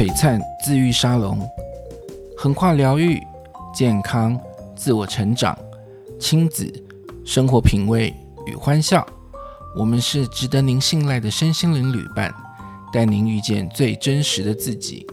璀璨自愈沙龙，横跨疗愈、健康、自我成长、亲子、生活品味与欢笑。我们是值得您信赖的身心灵旅伴，带您遇见最真实的自己。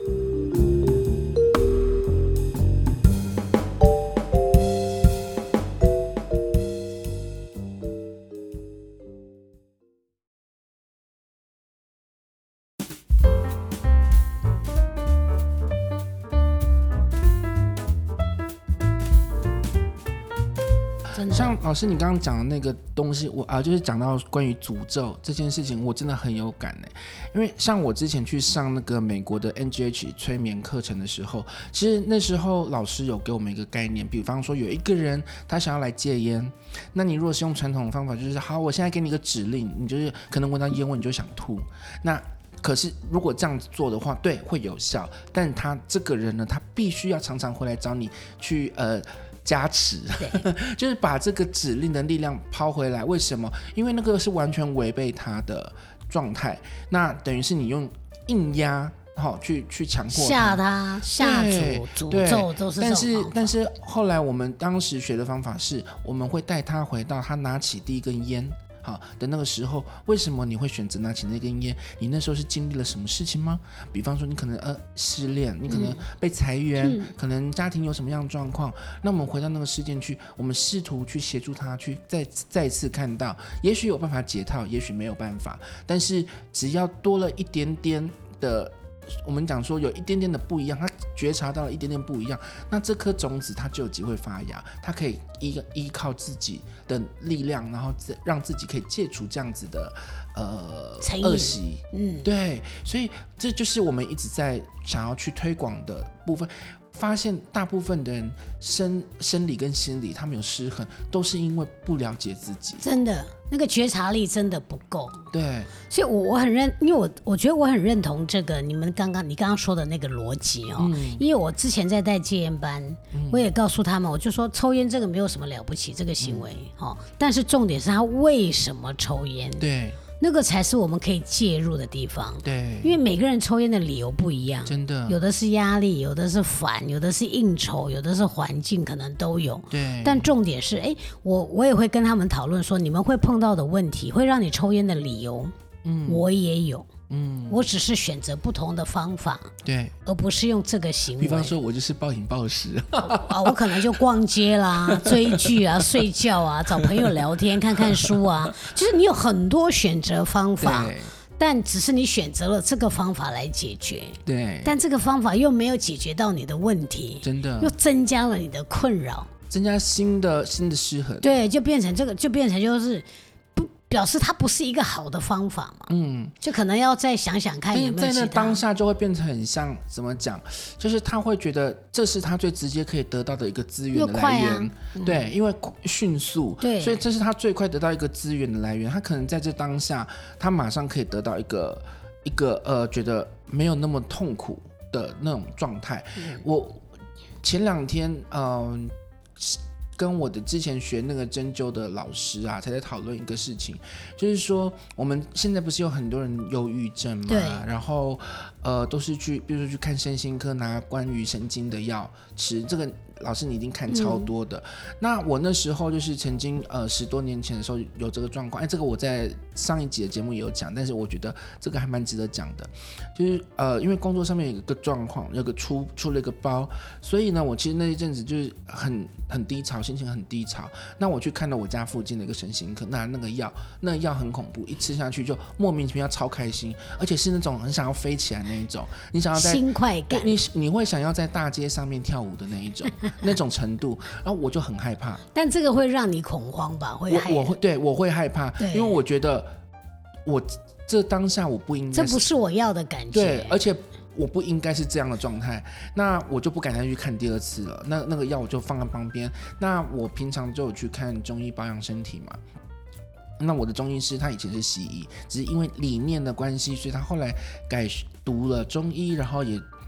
像老师你刚刚讲的那个东西，就是讲到关于诅咒这件事情，我真的很有感耶。因为像我之前去上那个美国的 NGH 催眠课程的时候，其实那时候老师有给我们一个概念，比方说有一个人他想要来戒烟，那你如果是用传统的方法，就是好，我现在给你一个指令，你就是可能闻到烟味你就想吐，那可是如果这样子做的话，对，会有效，但他这个人呢，他必须要常常回来找你去加持，就是把这个指令的力量抛回来。为什么？因为那个是完全违背他的状态，那等于是你用硬压去强迫吓他、吓诅咒都是这种方法。 但是后来我们当时学的方法是，我们会带他回到他拿起第一根烟的那个时候，为什么你会选择拿起那根烟？你那时候是经历了什么事情吗？比方说你可能失恋，你可能被裁员，可能家庭有什么样的状况，那我们回到那个事件去，我们试图去协助他去再次看到，也许有办法解套，也许没有办法，但是只要多了一点点的，我们讲说有一点点的不一样，他觉察到了一点点不一样，那这颗种子它就有机会发芽，它可以依靠自己的力量，然后让自己可以戒除这样子的恶习。对，所以这就是我们一直在想要去推广的部分。发现大部分的人生理跟心理他们有失衡，都是因为不了解自己， 真的那个觉察力真的不够。 对， 所以我很因为我觉得我很认同这个你刚刚说的那个逻辑因为我之前在带戒烟班，我也告诉他们，我就说抽烟这个没有什么了不起，这个行为但是重点是他为什么抽烟。 对， 那个才是我们可以介入的地方。对，因为每个人抽烟的理由不一样，真的，有的是压力，有的是烦，有的是应酬，有的是环境，可能都有。对，但重点是，我也会跟他们讨论说，你们会碰到的问题，会让你抽烟的理由，我也有。我只是选择不同的方法，对，而不是用这个行为。 比方说，我就是暴饮暴食我可能就逛街啦、追剧啊、睡觉啊、找朋友聊天、看看书啊，就是你有很多选择方法，但只是你选择了这个方法来解决，对，但这个方法又没有解决到你的问题，真的，又增加了你的困扰， 增加新的失衡， 对，就变成就是表示它不是一个好的方法嘛，就可能要再想想看有没有其他。 在那当下就会变成很像怎么讲，就是他会觉得这是他最直接可以得到的一个资源的来源，对，因为迅速，对，所以这是他最快得到一个资源的来源。他可能在这当下，他马上可以得到一个觉得没有那么痛苦的那种状态。我前2天跟我的之前学那个针灸的老师啊，才在讨论一个事情，就是说我们现在不是有很多人忧郁症嘛，然后都是比如说去看身心科拿关于神经的药吃，这个老师你一定看超多的。那我那时候就是曾经10多年前的时候有这个状况，这个我在上一集的节目也有讲，但是我觉得这个还蛮值得讲的，就是因为工作上面有一个状况，有个出了一个包，所以呢，我其实那一阵子就是很低潮，心情很低潮。那我去看到我家附近的一个神经科，那个药很恐怖，一吃下去就莫名其妙超开心，而且是那种很想要飞起来那一种，你想要在新快感， 你会想要在大街上面跳舞的那一种那种程度，然后我就很害怕。 但这个会让你恐慌吧？ 我会害怕，因为我觉得我这当下我不应该， 这不是我要的感觉。 对，而且我不应该是这样的状态，那我就不敢再去看第2次了。那个药我就放在旁边。那我平常就有去看中医保养身体嘛。那我的中医师他以前是西医，只是因为理念的关系，所以他后来改读了中医，然后也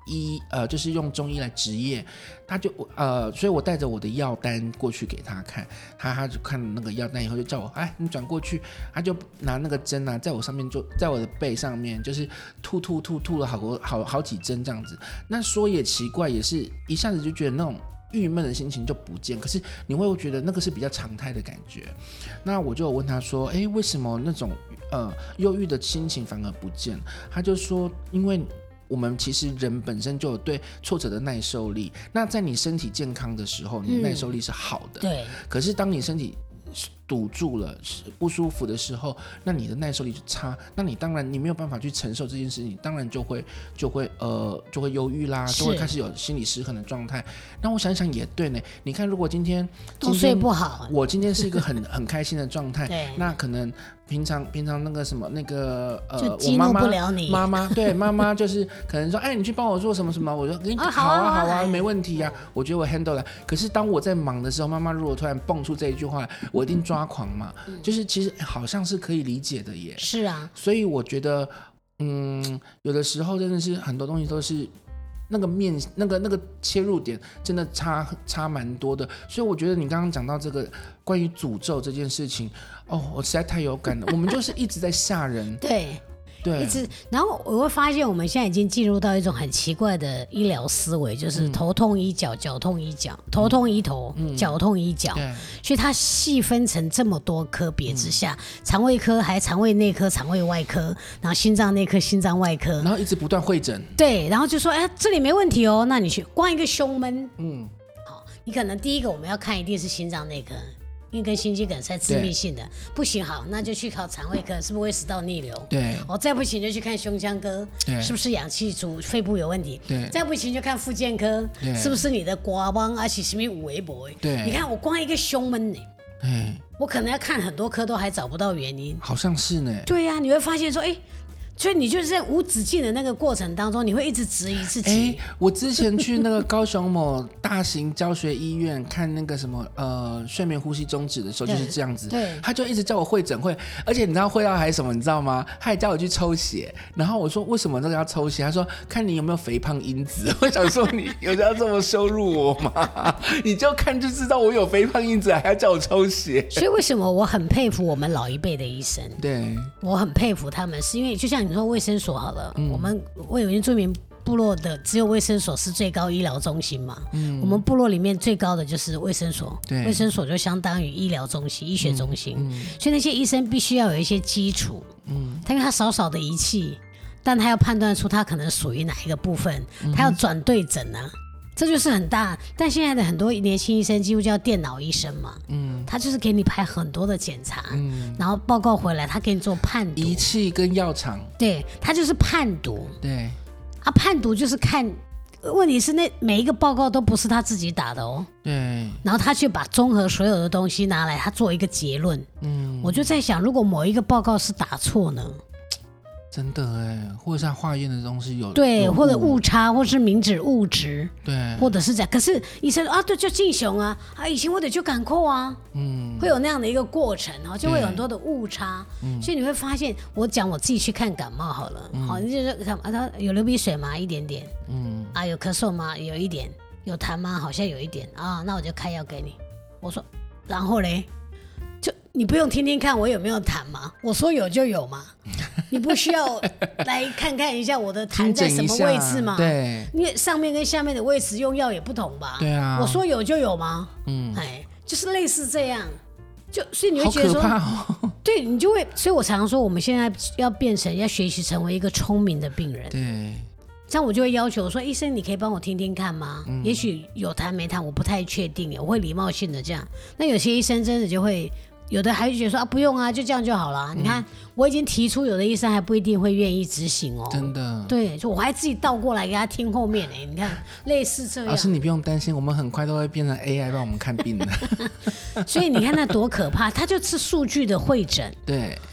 就是用中医来执业，他就所以我带着我的药单过去给他看，他就看那个药单以后就叫我，哎，你转过去，他就拿那个针啊，在我上面就在我的背上面，就是吐了好几针这样子。那说也奇怪，也是一下子就觉得那种郁闷的心情就不见，可是你会觉得那个是比较常态的感觉。那我就有问他说，哎，为什么那种忧郁的心情反而不见？他就说，因为我们其实人本身就有对挫折的耐受力，那在你身体健康的时候，你的耐受力是好的， 对。 可是当你身体堵住了不舒服的时候，那你的耐受力就差，那你当然你没有办法去承受这件事情，当然就会忧郁啦，就会开始有心理失衡的状态。那我想想也对呢，你看如果今天睡不好， 我今天是一个很开心的状态，那可能平常那个什么那个就激怒不了你妈妈就是可能说，哎，你去帮我做什么什么，我说好啊没问题啊，我觉得我 handle 了。可是当我在忙的时候，妈妈如果突然蹦出这一句话，我一定抓狂嘛，就是其实好像是可以理解的耶。 是啊， 所以我觉得有的时候真的是很多东西都是那个切入点真的差蛮多的。所以我觉得你刚刚讲到这个关于诅咒这件事情，我实在太有感了。我们就是一直在吓人对，一直，然后我会发现我们现在已经进入到一种很奇怪的医疗思维，就是头痛医脚，脚痛医脚，头痛医头，脚痛医脚，所以它细分成这么多科别之下，肠胃科还肠胃内科、肠胃外科，然后心脏内科、心脏外科， 然后一直不断会诊， 对，然后就说，哎，这里没问题哦，那你去光一个胸闷，好，你可能第一个我们要看一定是心脏内科。因为跟心肌梗塞致命性的不行，好，那就去考肠胃科，是不是胃食道逆流？ 对， 再不行就去看胸腔科，是不是氧气足，肺部有问题？ 对， 再不行就看复健科，是不是你的瓜帮而且什么五微博？ 对， 你看我光一个胸闷呢，我可能要看很多科都还找不到原因， 好像是呢。 对呀，你会发现说，哎。所以你就是在无止境的那个过程当中，你会一直质疑自己。 我之前去那个高雄某大型教学医院看那个什么睡眠呼吸中止的时候就是这样子， 对， 他就一直叫我会诊会，而且你知道会到还是什么，你知道吗？他还叫我去抽血，然后我说为什么这个要抽血？他说看你有没有肥胖因子。我想说你有要这么羞辱我吗？你就看就知道我有肥胖因子，还要叫我抽血。 所以为什么我很佩服我们老一辈的医生？ 对， 我很佩服他们，是因为就像你说卫生所好了，我们原住民部落的只有卫生所是最高医疗中心嘛，我们部落里面最高的就是卫生所，卫生所就相当于医疗中心、医学中心，所以那些医生必须要有一些基础，他因为他少的仪器，但他要判断出他可能属于哪一个部分，他要转对诊啊。这就是很大，但现在的很多年轻医生几乎叫电脑医生嘛，他就是给你排很多的检查，然后报告回来，他给你做判读， 仪器跟药厂， 对，他就是判读， 对， 判读就是看，问题是那每一个报告都不是他自己打的哦， 对， 然后他去把综合所有的东西拿来，他做一个结论，我就在想，如果某一个报告是打错呢？ 真的哎，或者是他化验的东西有对，或者误差，或是明指误值， 对， 或者是这样。可是医生啊，对，就进雄啊，以前我得就赶扣啊，会有那样的一个过程哦，就会有很多的误差，所以你会发现，我讲我自己去看感冒好了，好，你就是看他有流鼻水吗？一点点，有咳嗽吗？有一点，有痰吗？好像有一点啊，那我就开药给你。我说，然后嘞？就你不用听听看我有没有痰吗？我说有就有嘛，你不需要来看看一下我的痰在什么位置吗？ 对， 因为上面跟下面的位置用药也不同吧？ 对啊， 我说有就有吗？就是类似这样，所以你会觉得说， 好可怕哦， 对你就会，所以我常常说，我们现在要学习成为一个聪明的病人。 对。 这样我就会要求说，医生你可以帮我听听看吗？也许有痰没痰我不太确定，我会礼貌性的这样。那有些医生真的就会，有的还会觉得说不用啊，就这样就好了。你看我已经提出，有的医生还不一定会愿意执行哦。 真的。对， 就我还自己倒过来给他听后面你看类似这样。 老师你不用担心，我们很快都会变成 AI 帮我们看病的。 所以你看那多可怕，它就是数据的汇整。 对。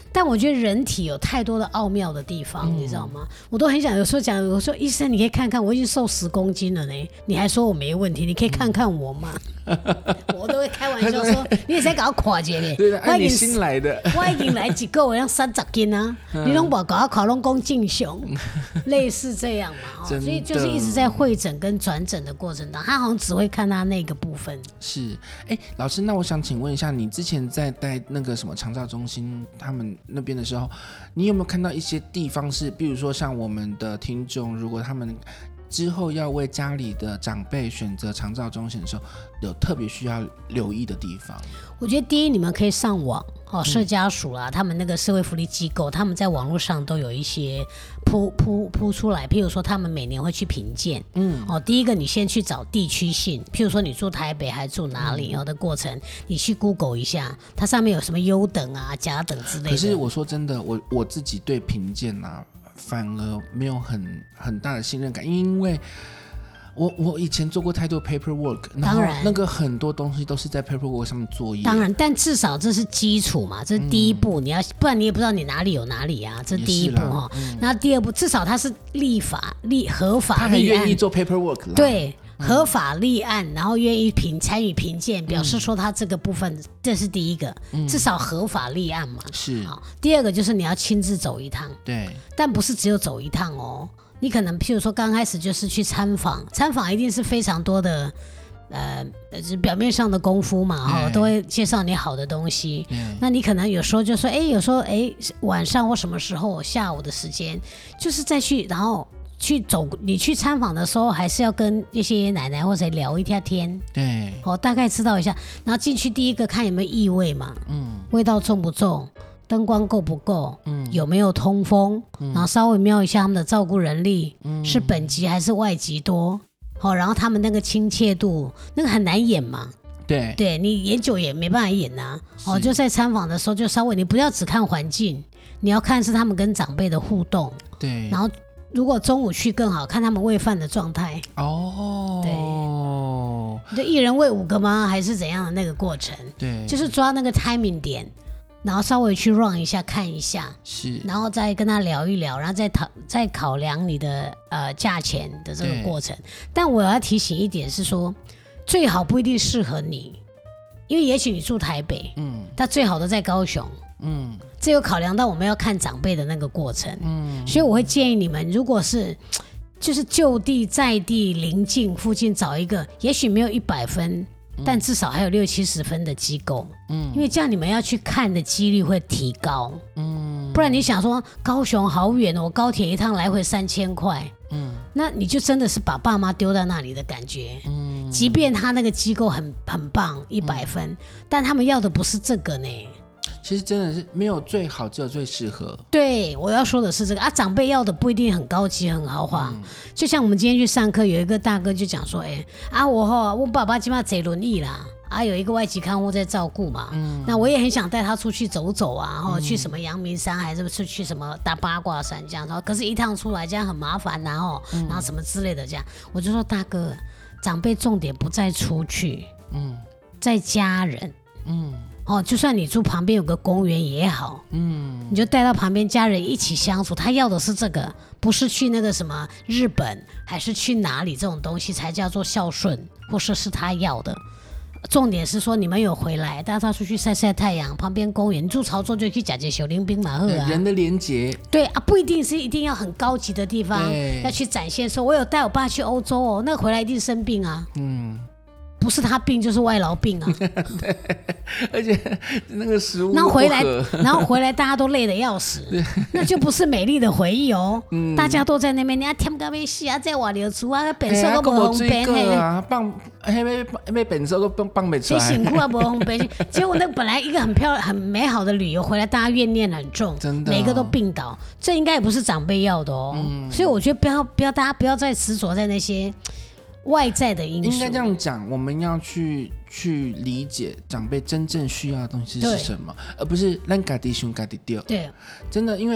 但我觉得人体有太多的奥妙的地方，你知道吗？我都很想有时候讲，我说医生，你可以看看，我已经瘦10公斤了呢，你还说我没问题，你可以看看我吗？我都会开玩笑说，你也在搞垮姐呢。 对的，按你新来的， 我已经来几个月，像30斤啊，你拢不搞考拢讲进雄，类似这样嘛。所以就是一直在会诊跟转诊的过程当中，他好像只会看他那个部分。 是，老师，那我想请问一下，你之前在带那个什么长照中心他们那边的时候，你有没有看到一些地方是，比如说像我们的听众，如果他们之后要为家里的长辈选择长照中心的时候，有特别需要留意的地方？ 我觉得第一，你们可以上网社家署啦，他们那个社会福利机构，他们在网络上都有一些铺出来，譬如说他们每年会去评鉴，第一个你先去找地区性，譬如说你住台北还住哪里的过程，你去 Google 一下，它上面有什么优等啊、甲等之类的。 可是我说真的，我自己对评鉴啊，反而没有很大的信任感，因为我以前做过太多 paperwork， 然后那个很多东西都是在 paperwork 上面作业。 当然，但至少这是基础嘛，这是第一步，你要不然你也不知道你哪里有哪里啊，这是第一步哈。然后第二步，至少它是合法他很愿意做 paperwork 啦。 对。合法立案，然后愿意参与评鉴，表示说他这个部分，这是第一个，至少合法立案嘛。 是。 第二个就是你要亲自走一趟。 对。 但不是只有走一趟哦，你可能譬如说刚开始就是去参访一定是非常多的表面上的功夫嘛，都会介绍你好的东西。那你可能有时候就说，有时候晚上或什么时候下午的时间，就是再去，然后。你去参访的时候，还是要跟一些爷爷奶奶或者聊一下天， 对， 大概知道一下。然后进去第一个看有没有异味嘛，味道重不重，灯光够不够，有没有通风，然后稍微瞄一下他们的照顾人力，是本级还是外籍多，然后他们那个亲切度，那个很难演嘛。对，你演久也没办法演啊。就在参访的时候，就稍微你不要只看环境，你要看是他们跟长辈的互动。 对， 然后。如果中午去更好，看他们喂饭的状态。对，就一人喂5个吗？还是怎样的那个过程？ 对， 就是抓那个 timing 点，然后稍微去 run 一下，看一下， 是， 然后再跟他聊一聊，然后再考量你的价钱的这个过程。但我要提醒一点是说，最好不一定适合你，因为也许你住台北，但最好的在高雄。这有考量到我们要看长辈的那个过程，所以我会建议你们，如果是就是就地在地邻近附近找一个，也许没有100分，但至少还有60-70分的机构，因为这样你们要去看的几率会提高，不然你想说高雄好远哦，我高铁一趟来回3000块，那你就真的是把爸妈丢在那里的感觉，即便他那个机构很棒100分，但他们要的不是这个呢。 其实真的是没有最好，只有最适合。 对，我要说的是这个长辈要的不一定很高级很豪华，就像我们今天去上课，有一个大哥就讲说，我爸爸基本上坐轮椅啦，有一个外籍看护在照顾嘛，那我也很想带他出去走走啊，去什么阳明山还是去什么大八卦山这样，可是一趟出来这样很麻烦然后什么之类的这样，我就说大哥，长辈重点不在出去，在家人，就算你住旁边有个公园也好，你就带到旁边家人一起相处，他要的是这个，不是去那个什么日本还是去哪里这种东西才叫做孝顺，或是他要的。重点是说你们有回来，带他出去晒晒太阳，旁边公园，你住潮州就去假借小林兵马赫人的连结。 对不一定是一定要很高级的地方要去展现说我有带我爸去欧洲哦，那回来一定生病啊。不是他病就是外劳病啊。 对，而且那个食物然后回来大家都累得要死，那就不是美丽的回忆哦。大家都在那边，你要添个杯戏啊，在瓦流出啊，本身都不方便啊，放那本身都放不出来， 辛苦啊，不方便。结果那本来一个很漂亮、很美好的旅游，回来大家怨念很重， 真的， 每个都病倒，这应该也不是长辈要的哦。所以我觉得大家不要再执着在那些外在的因素。 应该这样讲，我们要去理解长辈真正需要的东西是什么，而不是咱家己想家己对。 对， 真的，因为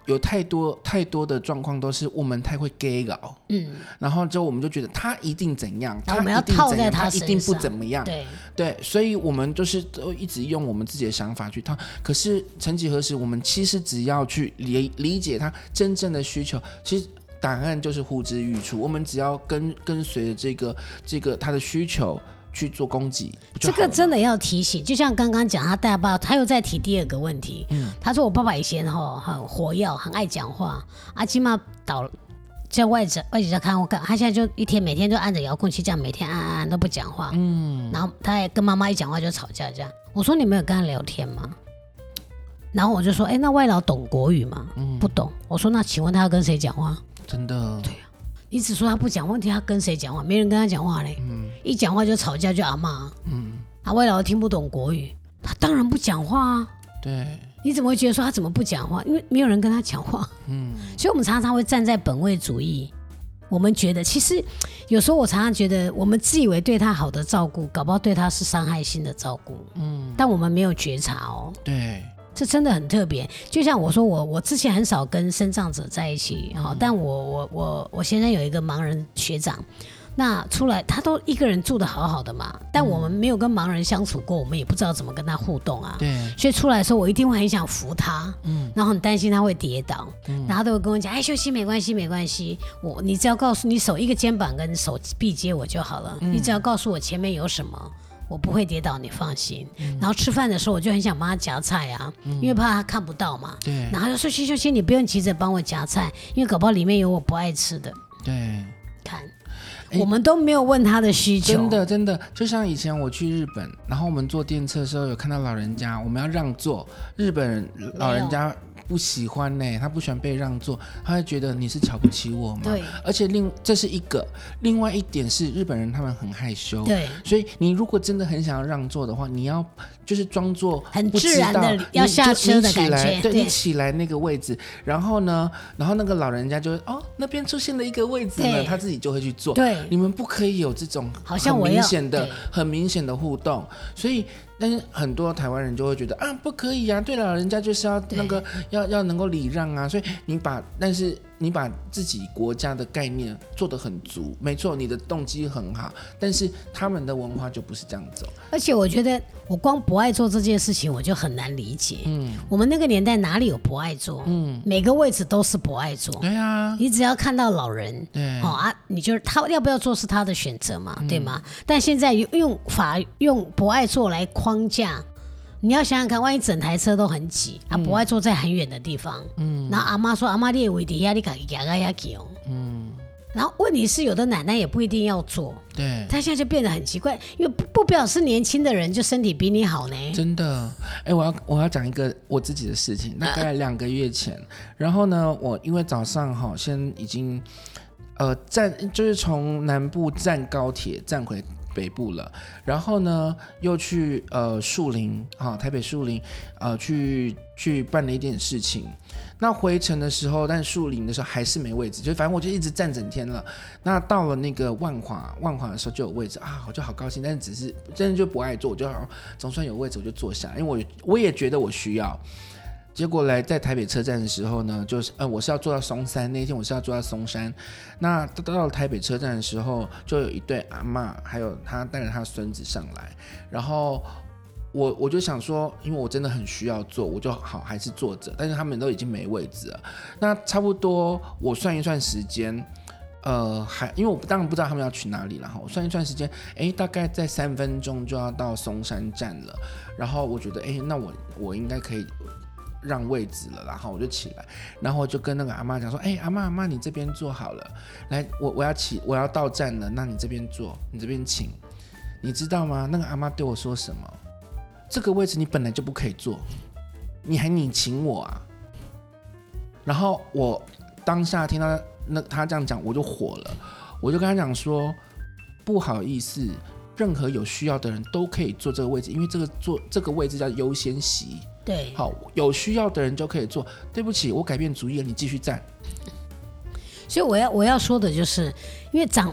有太多的状况都是我们太会 gay 搞，然后我们就觉得他一定怎样， 我们要套在他身上， 他一定不怎么样， 对， 所以我们就是都一直用我们自己的想法去套。可是曾几何时，我们其实只要去理解他真正的需求，其实答案就是呼之欲出。我们只要跟随着这个他的需求去做供给， 这个真的要提醒。就像刚刚讲他带爸，他又在提第二个问题。他说我爸爸以前很活跃，很爱讲话，今嘛倒叫外籍在看我，他现在就每天就按着遥控器这样，每天按都不讲话。然后他也跟妈妈一讲话就吵架这样。我说你没有跟他聊天吗？然后我就说，那外劳懂国语吗？不懂。我说那请问他要跟谁讲话？ 真的。 对啊。你只说他不讲，问题他跟谁讲话？没人跟他讲话嘞。一讲话就吵架就阿骂。外劳听不懂国语，他当然不讲话啊。 对。 你怎么会觉得说他怎么不讲话？因为没有人跟他讲话。所以我们常常会站在本位主义。我们觉得，其实有时候我常常觉得，我们自以为对他好的照顾，搞不好对他是伤害性的照顾。但我们没有觉察哦。 对。 这真的很特别，就像我说，我之前很少跟身障者在一起，但我现在有一个盲人学长，那出来他都一个人住得好好的嘛，但我们没有跟盲人相处过，我们也不知道怎么跟他互动啊。 对， 所以出来的时候我一定会很想扶他，然后很担心他会跌倒，然后他都会跟我讲，休息没关系没关系，你只要告诉你手一个肩膀跟手臂接我就好了，你只要告诉我前面有什么。我不会跌倒，你放心。然后吃饭的时候，我就很想帮他夹菜啊，因为怕他看不到嘛。 对。 然后就说：“秀清，你不用急着帮我夹菜，因为搞不好里面有我不爱吃的。” 对。 看，我们都没有问他的需求。 真的，就像以前我去日本，然后我们坐电车的时候，有看到老人家，我们要让座，日本人老人家不喜欢呢，他不喜欢被让座，他会觉得你是瞧不起我嘛。 对。 而且这是一个，另外一点是日本人他们很害羞。 对。 所以你如果真的很想要让座的话，你要就是装作很自然的要下车的感觉。 对，你起来那个位置，然后那个老人家就那边出现了一个位置呢，他自己就会去坐。 对。 你们不可以有这种好像很明显的互动，所以。但是很多台湾人就会觉得不可以啊，对老人家就是要那个要能够礼让啊，所以但是你把自己国家的概念做得很足，没错，你的动机很好，但是他们的文化就不是这样走。 而且我觉得我光不爱做这件事情，我就很难理解。我们那个年代哪里有不爱做？每个位置都是不爱做。 对啊， 你只要看到老人， 对你就是他要不要做是他的选择嘛，对吗？但现在用不爱做来框架。你要想想看，万一整台车都很挤不爱坐在很远的地方，然后阿妈说：“阿妈，你的位置你自己夹下去哦。”然后问题是，有的奶奶也不一定要坐， 对， 她现在就变得很奇怪，因为不表示年轻的人就身体比你好呢。 真的，我要讲一个我自己的事情，大概2个月前，然后呢，我因为早上先已经就是从南部站高铁站回北部了，然后呢又去树林台北树林去办了一点事情。那回程的时候，但树林的时候还是没位置，就反正我就一直站整天了。那到了那个万华的时候就有位置我就好高兴，但是只是真的就不爱坐，我就总算有位置我就坐下，因为我也觉得我需要。结果在台北车站的时候呢，就是我是要坐到松山，那天我是要坐到松山。那到了台北车站的时候，就有一对阿嬷，还有他带着他孙子上来，然后我就想说，因为我真的很需要坐，我就还是坐着，但是他们都已经没位置了。那差不多我算一算时间，因为我当然不知道他们要去哪里了，我算一算时间，大概在3分钟就要到松山站了。然后我觉得，那我应该可以让位置了，然后我就起来，然后我就跟那个阿嬷讲说，阿嬷你这边坐好了，来，我要到站了，那你这边坐，你这边请。你知道吗？那个阿嬷对我说什么？这个位置你本来就不可以坐，你请我啊！然后我当下听到他这样讲，我就火了，我就跟他讲说，不好意思，任何有需要的人都可以坐这个位置，因为这个位置叫优先席。 对， 好，有需要的人就可以坐。对不起，我改变主意了，你继续站。 所以我要说的就是，因为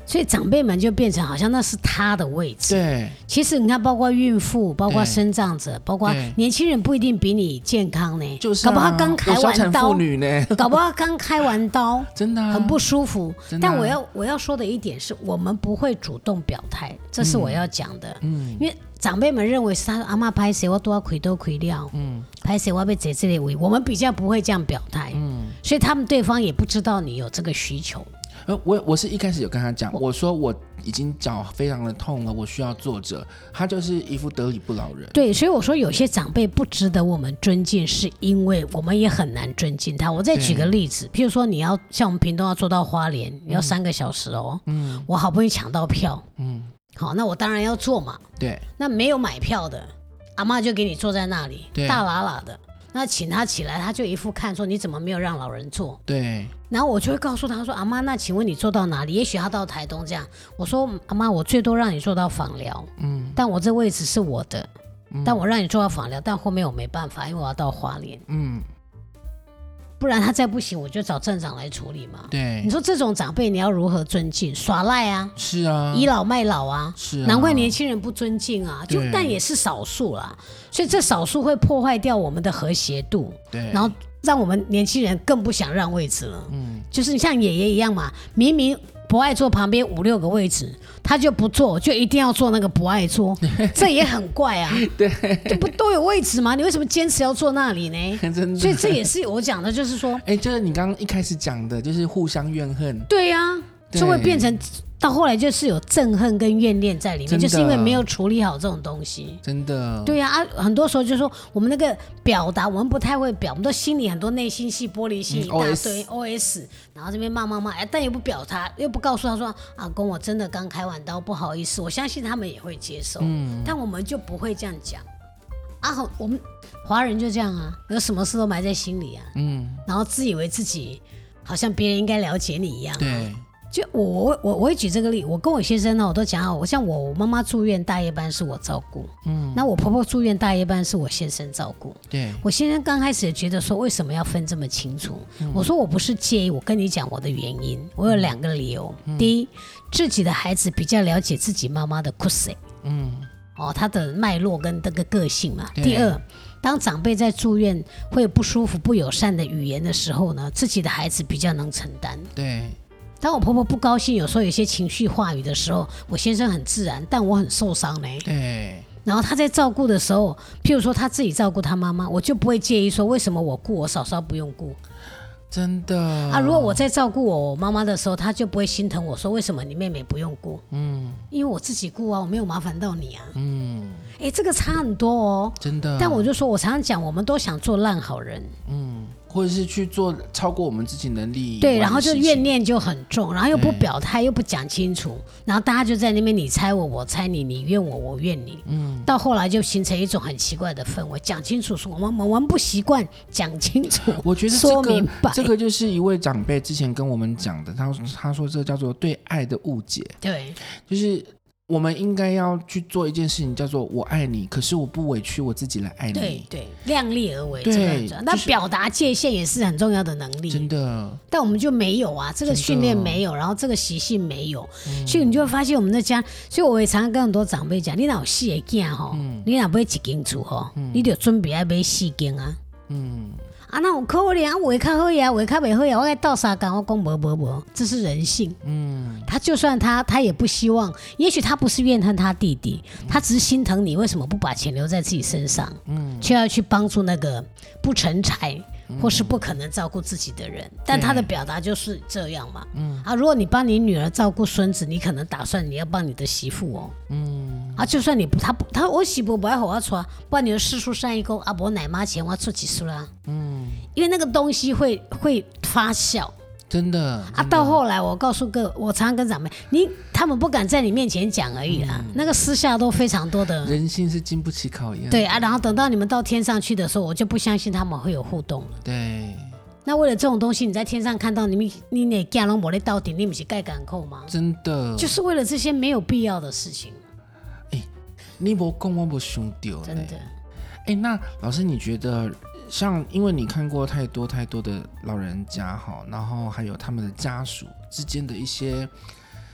所以长辈们就变成好像那是他的位置。 对， 其实你看，包括孕妇，包括身障者，包括年轻人，不一定比你健康呢。 就是搞不好刚开完刀， 女呢， 搞不好刚开完刀， 真的很不舒服。但我要说的一点是，我们不会主动表态，这是我要讲的。因为长辈们认为是他说阿嬷拍谁我都要亏都亏掉，拍谁我要被这类位，我们比较不会这样表态。所以他们对方也不知道你有这个需求。 我是一开始有跟他讲，我说我已经脚非常的痛了，我需要坐着，他就是一副得理不饶人。 对，所以我说有些长辈不值得我们尊敬，是因为我们也很难尊敬他。我再举个例子，譬如说你要像我们屏东要坐到花莲，你要3个小时哦，我好不容易抢到票，好，那我当然要坐嘛。 对， 那没有买票的阿嬷就给你坐在那里，大喇喇的。那请他起来，他就一副看说你怎么没有让老人坐。 对， 然后我就会告诉他说，阿嬷，那请问你坐到哪里？也许他到台东这样。我说阿嬷，我最多让你坐到枋寮，但我这位置是我的，但我让你坐到枋寮，但后面我没办法，因为我要到花莲。不然他再不行，我就找镇长来处理嘛。 对， 你说这种长辈你要如何尊敬？耍赖啊， 是啊， 倚老卖老啊， 是啊， 难怪年轻人不尊敬啊。但也是少数啦，所以这少数会破坏掉我们的和谐度。 对， 然后让我们年轻人更不想让位置了。就是像爷爷一样嘛，明明不爱坐旁边5、6个位置，他就不坐，就一定要坐那个不爱坐，这也很怪啊。 对， 这不都有位置吗？你为什么坚持要坐那里呢？ 真的， 所以这也是我讲的，就是说， 就是你刚刚一开始讲的，就是互相怨恨。 对啊，就会变成到后来就是有憎恨跟怨念在里面，就是因为没有处理好这种东西。 真的， 对啊，很多时候就是说我们那个表达，我们不太会表，我们都心里很多内心戏、玻璃心一大堆 OS， 然后这边骂，但又不表达，又不告诉他说阿公我真的刚开完刀，不好意思，我相信他们也会接受，但我们就不会这样讲啊。我们华人就这样啊，有什么事都埋在心里啊，然后自以为自己好像别人应该了解你一样。 对。 就我会举这个例，我跟我先生呢，我都讲好，像我妈妈住院大夜班是我照顾，那我婆婆住院大夜班是我先生照顾。 对， 我先生刚开始也觉得说为什么要分这么清楚？我说我不是介意，我跟你讲我的原因，我有2个理由。第一，自己的孩子比较了解自己妈妈的故事，他的脉络跟这个个性嘛。第二，当长辈在住院会有不舒服、不友善的语言的时候呢，自己的孩子比较能承担。 对。 当我婆婆不高兴，有时候有些情绪话语的时候，我先生很自然，但我很受伤呢。 对。 然后他在照顾的时候，譬如说他自己照顾他妈妈，我就不会介意说为什么我顾我嫂嫂不用顾。 真的啊！如果我在照顾我妈妈的时候，他就不会心疼我说为什么你妹妹不用顾？因为我自己顾啊，我没有麻烦到你啊。这个差很多哦， 真的。 但我就说，我常常讲，我们都想做烂好人。 或者是去做超过我们自己能力， 对，然后就怨念就很重，然后又不表态，又不讲清楚，然后大家就在那边你猜我，我猜你，你怨我，我怨你，到后来就形成一种很奇怪的氛围。讲清楚，说我们不习惯讲清楚， 我觉得说明白， 这个就是一位长辈之前跟我们讲的，他说这叫做对爱的误解， 对， 就是。我们应该要去做一件事情，叫做我爱你，可是我不委屈我自己来爱你。 对，量力而为。 对， 那表达界限也是很重要的能力。 真的。 但我们就没有啊，这个训练没有，然后这个习性没有，所以你就会发现我们的家。所以我也常常跟很多长辈讲，你哪有4个囝吼，你哪买1间厝吼，你就准备要买4间啊。那有可能啊，画较好呀，画较袂好呀，我该倒3间，我讲无，这是人性。他就算他也不希望，也许他不是怨恨他弟弟，他只是心疼你为什么不把钱留在自己身上，却要去帮助那个不成才或是不可能照顾自己的人。但他的表达就是这样嘛。如果你帮你女儿照顾孙子，你可能打算你要帮你的媳妇哦。就算你他我媳妇不爱和我出，不然你就事出善意讲啊，我奶妈钱我出几数啦。因为那个东西会发酵。 真的到后来我常常跟长辈，他们不敢在你面前讲而已啦，那个私下都非常多的。 人性是经不起考验。 对啊，然后等到你们到天上去的时候，我就不相信他们会有互动了。 对。 那为了这种东西，你在天上看到你那家人没在到底，你不是该赶扣吗？ 真的。就是为了这些没有必要的事情。 你没讲我没想到。 真的。 那老师你觉得？像因为你看过太多的老人家哈，然后还有他们的家属之间的一些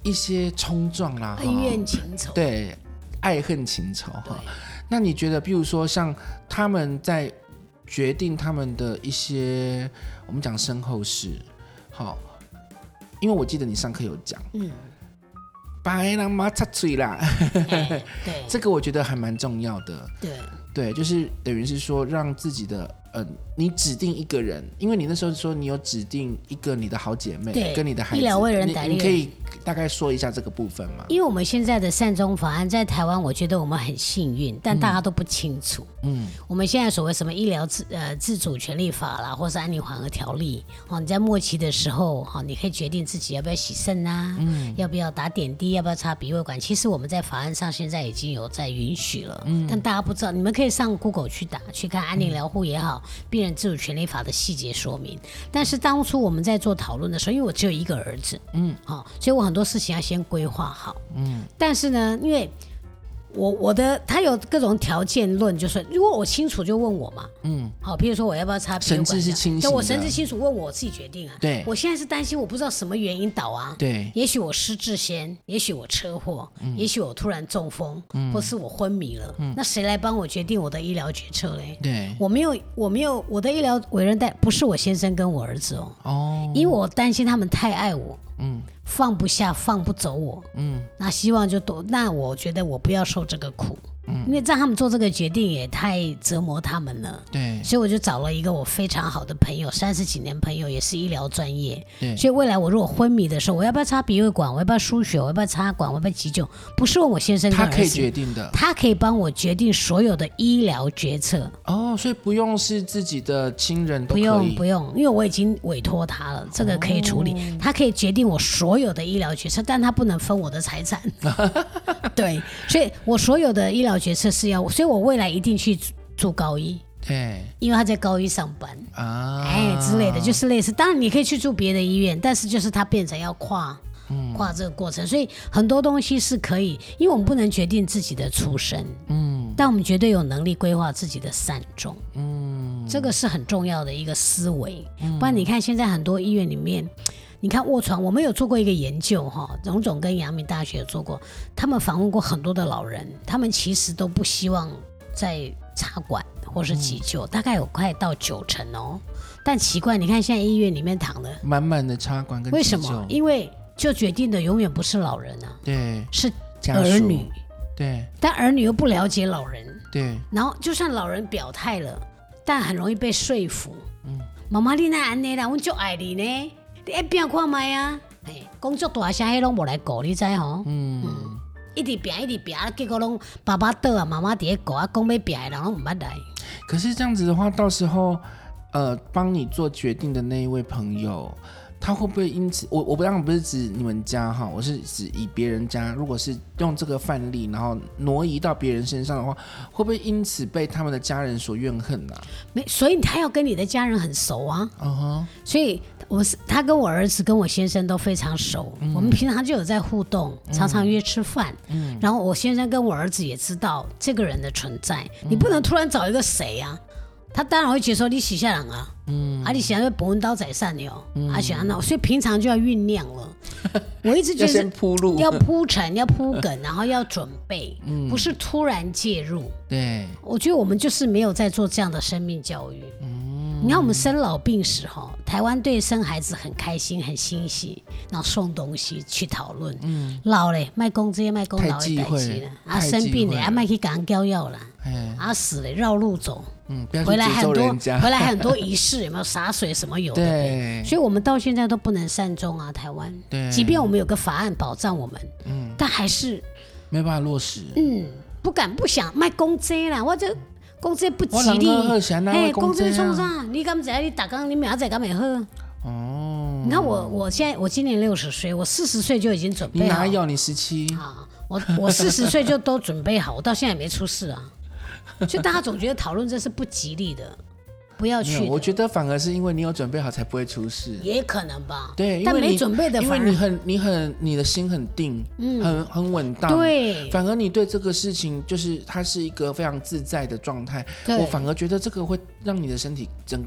一些冲撞啦， 恩怨情仇， 对，爱恨情仇哈。那你觉得，比如说像他们在决定他们的一些，我们讲身后事，好，因为我记得你上课有讲，白人妈插嘴啦，对，这个我觉得还蛮重要的，对，就是等于是说让自己的。你指定一个人，因为你那时候说你有指定一个你的好姐妹跟你的孩子， 医疗为人代理人， 你可以大概说一下这个部分吗？ 因为我们现在的善终法案在台湾，我觉得我们很幸运，但大家都不清楚。我们现在所谓什么医疗自主权利法啦，或是安宁缓和条例，你在末期的时候，你可以决定自己要不要洗肾啊，要不要打点滴，要不要插鼻胃管。其实我们在法案上现在已经有在允许了，但大家不知道，你们可以上 Google 去看安宁疗护也好。病人自主权利法的细节说明，但是当初我们在做讨论的时候，因为我只有一个儿子，所以我很多事情要先规划好，但是呢，因为他有各种条件论，就是如果我清楚就问我嘛，好，比如说我要不要插鼻胃管， 神志是清醒的， 我神志清楚问我自己决定啊。对，我现在是担心我不知道什么原因导啊，对，也许我失智先，也许我车祸，也许我突然中风，或是我昏迷了，那谁来帮我决定我的医疗决策嘞？对，我没有我的医疗委任代不是我先生跟我儿子哦，因为我担心他们太爱我。放不下放不走我，那希望就多，那我觉得我不要受这个苦，因为让他们做这个决定也太折磨他们了，对，所以我就找了一个我非常好的朋友，30几年朋友，也是医疗专业，对，所以未来我如果昏迷的时候，我要不要插鼻胃管，我要不要输血，我要不要插管，我要不要急救，不是问我先生跟儿子， 他可以决定的， 他可以帮我决定所有的医疗决策。 所以不用是自己的亲人都可以， 不用，因为我已经委托他了，这个可以处理，他可以决定我所有的医疗决策，但他不能分我的财产。对，所以我所有的医疗决策是要，所以我未来一定去住高医。对，因为他在高医上班之类的，就是类似。当然你可以去住别的医院，但是就是他变成要跨这个过程，所以很多东西是可以，因为我们不能决定自己的出身，但我们绝对有能力规划自己的善终，这个是很重要的一个思维。不然你看现在很多医院里面，你看卧床，我们有做过一个研究荣总跟阳明大学有做过，他们访问过很多的老人，他们其实都不希望在插管或是急救，大概有快到90%哦。但奇怪，你看现在医院里面躺的满满的插管跟急救， 为什么？因为就决定的永远不是老人啊， 对， 是儿女， 对， 但儿女又不了解老人， 对， 然后就算老人表态了，但很容易被说服。妈妈你哪安尼啦？我就爱你呢，你一边看麦啊，工作大声，迄拢无来顾，你知吼？一直拼，结果拢爸爸倒啊，妈妈伫咧顾啊，讲要拼的人拢唔捌来。 可是这样子的话，到时候帮你做决定的那一位朋友，他会不会因此，我当然不是指你们家哈，我是指以别人家，如果是用这个范例，然后挪移到别人身上的话，会不会因此被他们的家人所怨恨啊？ 所以他要跟你的家人很熟啊。所以他跟我儿子跟我先生都非常熟，我们平常就有在互动，常常约吃饭。然后我先生跟我儿子也知道这个人的存在，你不能突然找一个谁啊。他当然会觉得说你洗下人啊，你想要博文刀宰善了，想要那，所以平常就要酝酿了。我一直觉得要先铺路， 要铺陈，要铺梗，然后要准备，不是突然介入。对，我觉得我们就是没有在做这样的生命教育。你看我们生老病死台湾对生孩子很开心很欣喜，然后送东西去讨论。老嘞卖公这些卖公老的代志了，生病嘞卖去赶交药啦，死嘞绕路走。回来很多仪式，有没有洒水什么有的？对，所以我们到现在都不能善终啊，台湾。对，即便我们有个法案保障我们，但还是没办法落实。 不敢不想卖公这啦，我这公这不吉利。公这冲啥？你敢知？你打刚你明仔敢没喝？你看我现在我今年60岁，我40岁就已经准备好。 你哪有？你17 啊？我40岁就都准备好，我到现在也没出事啊。所以大家总觉得讨论这是不吉利的，不要去。 我觉得反而是因为你有准备好才不会出事， 也可能吧。 对， 但没准备的反而， 因为你的心很定，很稳当。对，反而你对这个事情就是它是一个非常自在的状态。我反而觉得这个会让你的身体整个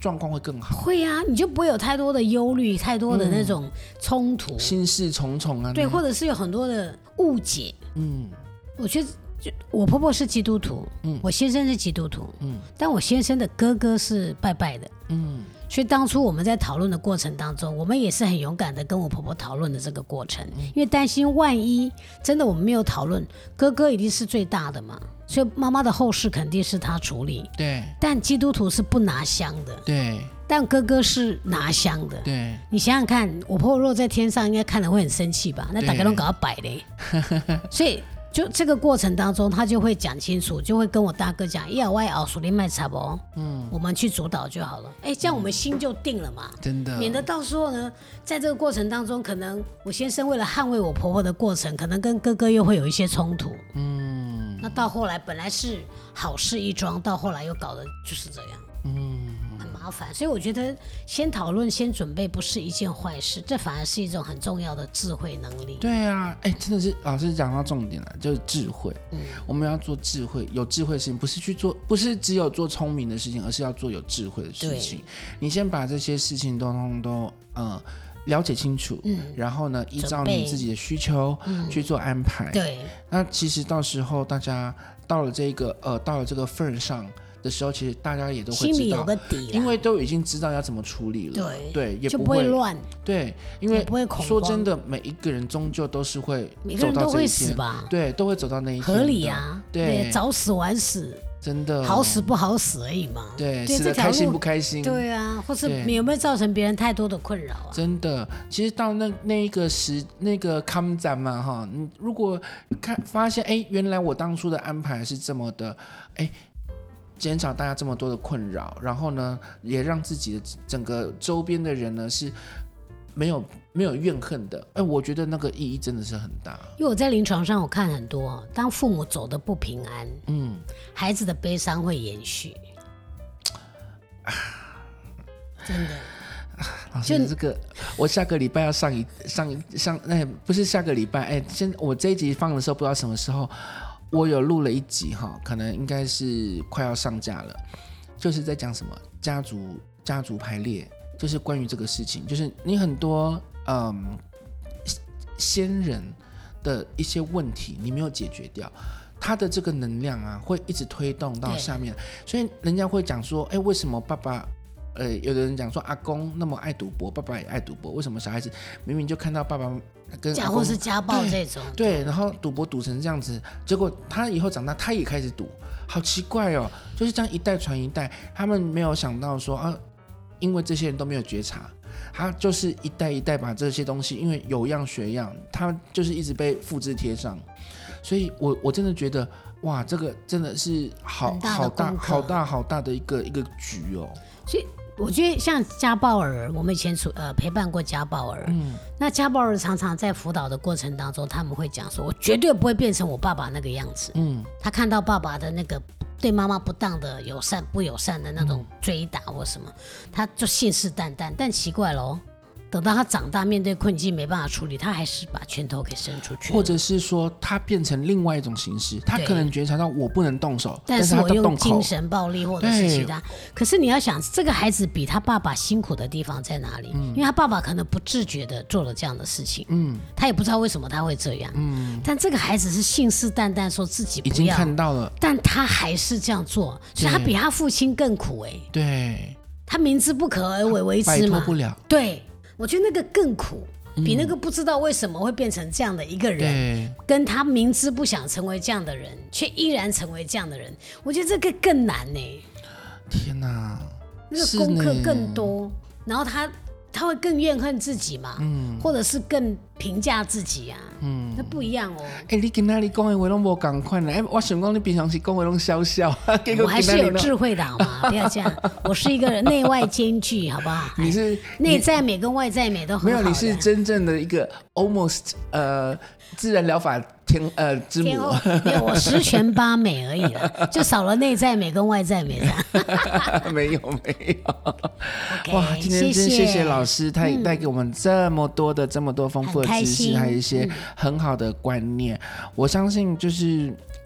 状况会更好。 会啊，你就不会有太多的忧虑，太多的那种冲突， 心事重重啊。 对，或者是有很多的误解。我觉得我婆婆是基督徒，我先生是基督徒，但我先生的哥哥是拜拜的，所以当初我们在讨论的过程当中，我们也是很勇敢的跟我婆婆讨论的这个过程，因为担心万一真的我们没有讨论，哥哥一定是最大的嘛，所以妈妈的后事肯定是他处理。 对。 但基督徒是不拿香的。 对。 但哥哥是拿香的。 对。 你想想看，我婆婆若在天上，应该看了会很生气吧？那大家都搞到摆嘞。所以就这个过程当中，他就会讲清楚，就会跟我大哥讲，要外奥属灵卖茶不？我们去主导就好了。这样我们心就定了嘛。 真的。 免得到时候呢，在这个过程当中，可能我先生为了捍卫我婆婆的过程，可能跟哥哥又会有一些冲突。那到后来本来是好事一桩，到后来又搞得就是这样。很麻烦。所以我觉得先讨论先准备不是一件坏事，这反而是一种很重要的智慧能力。 对啊，真的是老师讲到重点了，就是智慧。我们要做智慧有智慧的事情，不是只有做聪明的事情，而是要做有智慧的事情。你先把这些事情都了解清楚，然后呢，依照你自己的需求去做安排。 对， 那其实到时候大家到了这个份上的时候，其实大家也都会知道， 心里有个底， 因为都已经知道要怎么处理了。对，也不会乱。 对，因为说真的，每一个人终究都是会走到这一天，每个人都会死吧？对，都会走到那一天， 合理啊。 对， 早死晚死。 真的好死不好死而已嘛。 对，死得开心不开心。 对啊，或是你有没有造成别人太多的困扰啊？ 真的，其实到那个康展嘛哈，你如果发现原来我当初的安排是这么的减少大家这么多的困扰，然后呢，也让自己的整个周边的人呢是没有怨恨的。我觉得那个意义真的是很大。 因为我在临床上我看很多，当父母走得不平安，孩子的悲伤会延续。真的。 老师，这个我下个礼拜要上不是下个礼拜，我这一集放的时候不知道什么时候，我有录了一集哈，可能应该是快要上架了，就是在讲什么家族排列，就是关于这个事情，就是你很多先人的一些问题你没有解决掉，他的这个能量啊会一直推动到下面，所以人家会讲说，为什么爸爸有的人讲说阿公那么爱赌博，爸爸也爱赌博，为什么小孩子明明就看到爸爸跟阿公或是家暴这种， 对，然后赌博赌成这样子，结果他以后长大他也开始赌，好奇怪哦，就是这样一代传一代，他们没有想到说因为这些人都没有觉察，他就是一代一代把这些东西，因为有样学样，他就是一直被复制贴上，所以我真的觉得哇，这个真的是好大的一个局哦。 所以我觉得像家暴儿，我们以前陪伴过家暴儿，那家暴儿常常在辅导的过程当中，他们会讲说，我绝对不会变成我爸爸那个样子。他看到爸爸的那个对妈妈不当的不友善的那种追打或什么，他就信誓旦旦。但奇怪咯，等到他长大面对困境没办法处理，他还是把拳头给伸出去， 或者是说他变成另外一种形式，他可能觉察到我不能动手， 但是我用精神暴力或者是其他。可是你要想，这个孩子比他爸爸辛苦的地方在哪里？因为他爸爸可能不自觉的做了这样的事情，他也不知道为什么他会这样，但这个孩子是信誓旦旦说自己不要， 已经看到了， 但他还是这样做，所以他比他父亲更苦。 对， 他明知不可而为之嘛， 摆脱不了。 对，我觉得那个更苦，比那个不知道为什么会变成这样的一个人，跟他明知不想成为这样的人，却依然成为这样的人，我觉得这个更难呢。 天哪， 那个功课更多，然后他会更怨恨自己嘛，或者是更评价自己啊，那不一样哦。 你今仔日讲的话都不同款啦，我想讲你平常时讲的都笑笑， 我还是有智慧的好吗？不要这样，我是一个内外兼具，好不好？ 你是内在美跟外在美都很好的。 没有，你是真正的一个 almost 自然疗法之母。 没有，我十全八美而已啦，就少了内在美跟外在美没有。哇，今天真谢谢老师，他带给我们这么多丰富的知识，还有一些很好的观念。我相信就是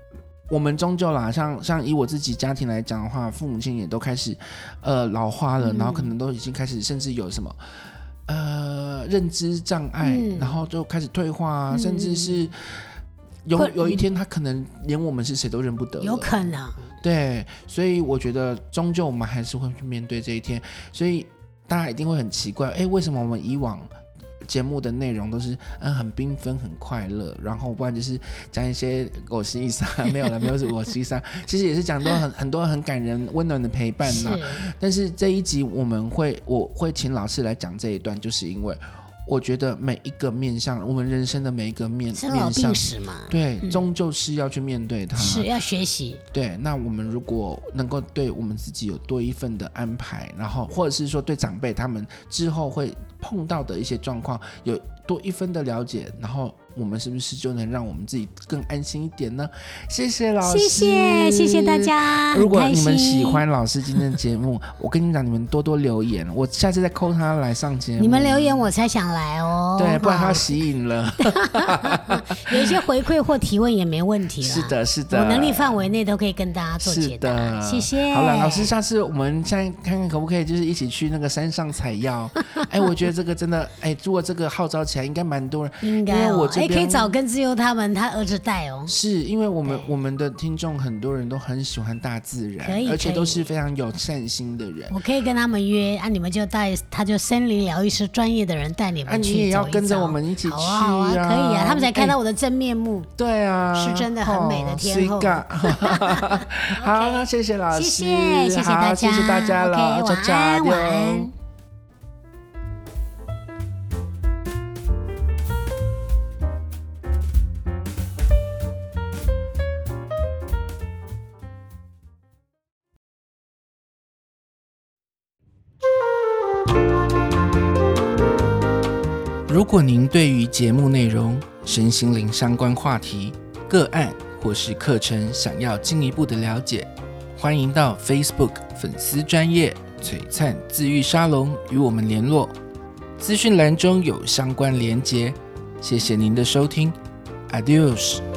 我们终究啦，像以我自己家庭来讲的话，父母亲也都开始老花了，然后可能都已经开始甚至有什么认知障碍，然后就开始退化甚至是有一天他可能连我们是谁都认不得了， 有可能。 对，所以我觉得终究我们还是会去面对这一天，所以大家一定会很奇怪，为什么我们以往节目的内容都是很缤纷很快乐，然后不然就是讲一些我心一杀，没有是我心一杀，其实也是讲到很多很感人温暖的陪伴嘛。但是这一集我会请老师来讲这一段，就是因为我觉得每一个面向，我们人生的每一个面向， 生老病死嘛， 对，终究是要去面对它， 是要学习。 对，那我们如果能够对我们自己有多一份的安排，然后或者是说对长辈他们之后会碰到的一些状况有多一分的了解，然后我们是不是就能让我们自己更安心一点呢？谢谢老师， 谢谢大家。 如果你们喜欢老师今天的节目，我跟你们讲，你们多多留言，我下次再扣他来上节目。 你们留言我才想来哦， 对，不然他吸引了。 有一些回馈或提问也没问题啦。是的， 我能力范围内都可以跟大家做解答。谢谢。 好了，老师，下次我们现在看看可不可以就是一起去那个山上采药。我觉得这个真的，如果这个号召起来，应该蛮多人。 应该哦。可以找跟自由他儿子带哦。 是因为我们的听众很多人都很喜欢大自然，而且都是非常有善心的人。 我可以跟他们约你们就带，他就森林疗愈师专业的人带你们去走一走。 你也要跟着我们一起去啊！可以啊，他们才看到我的真面目。 对啊， 是真的很美的天后。 好，那谢谢老师， 谢谢大家， 谢谢大家了， 晚安，晚安。 如果您对于节目内容、身心灵相关话题、个案或是课程想要进一步的了解，欢迎到 Facebook 粉丝专页璀璨自愈沙龙与我们联络，资讯栏中有相关连结。谢谢您的收听 ，Adios。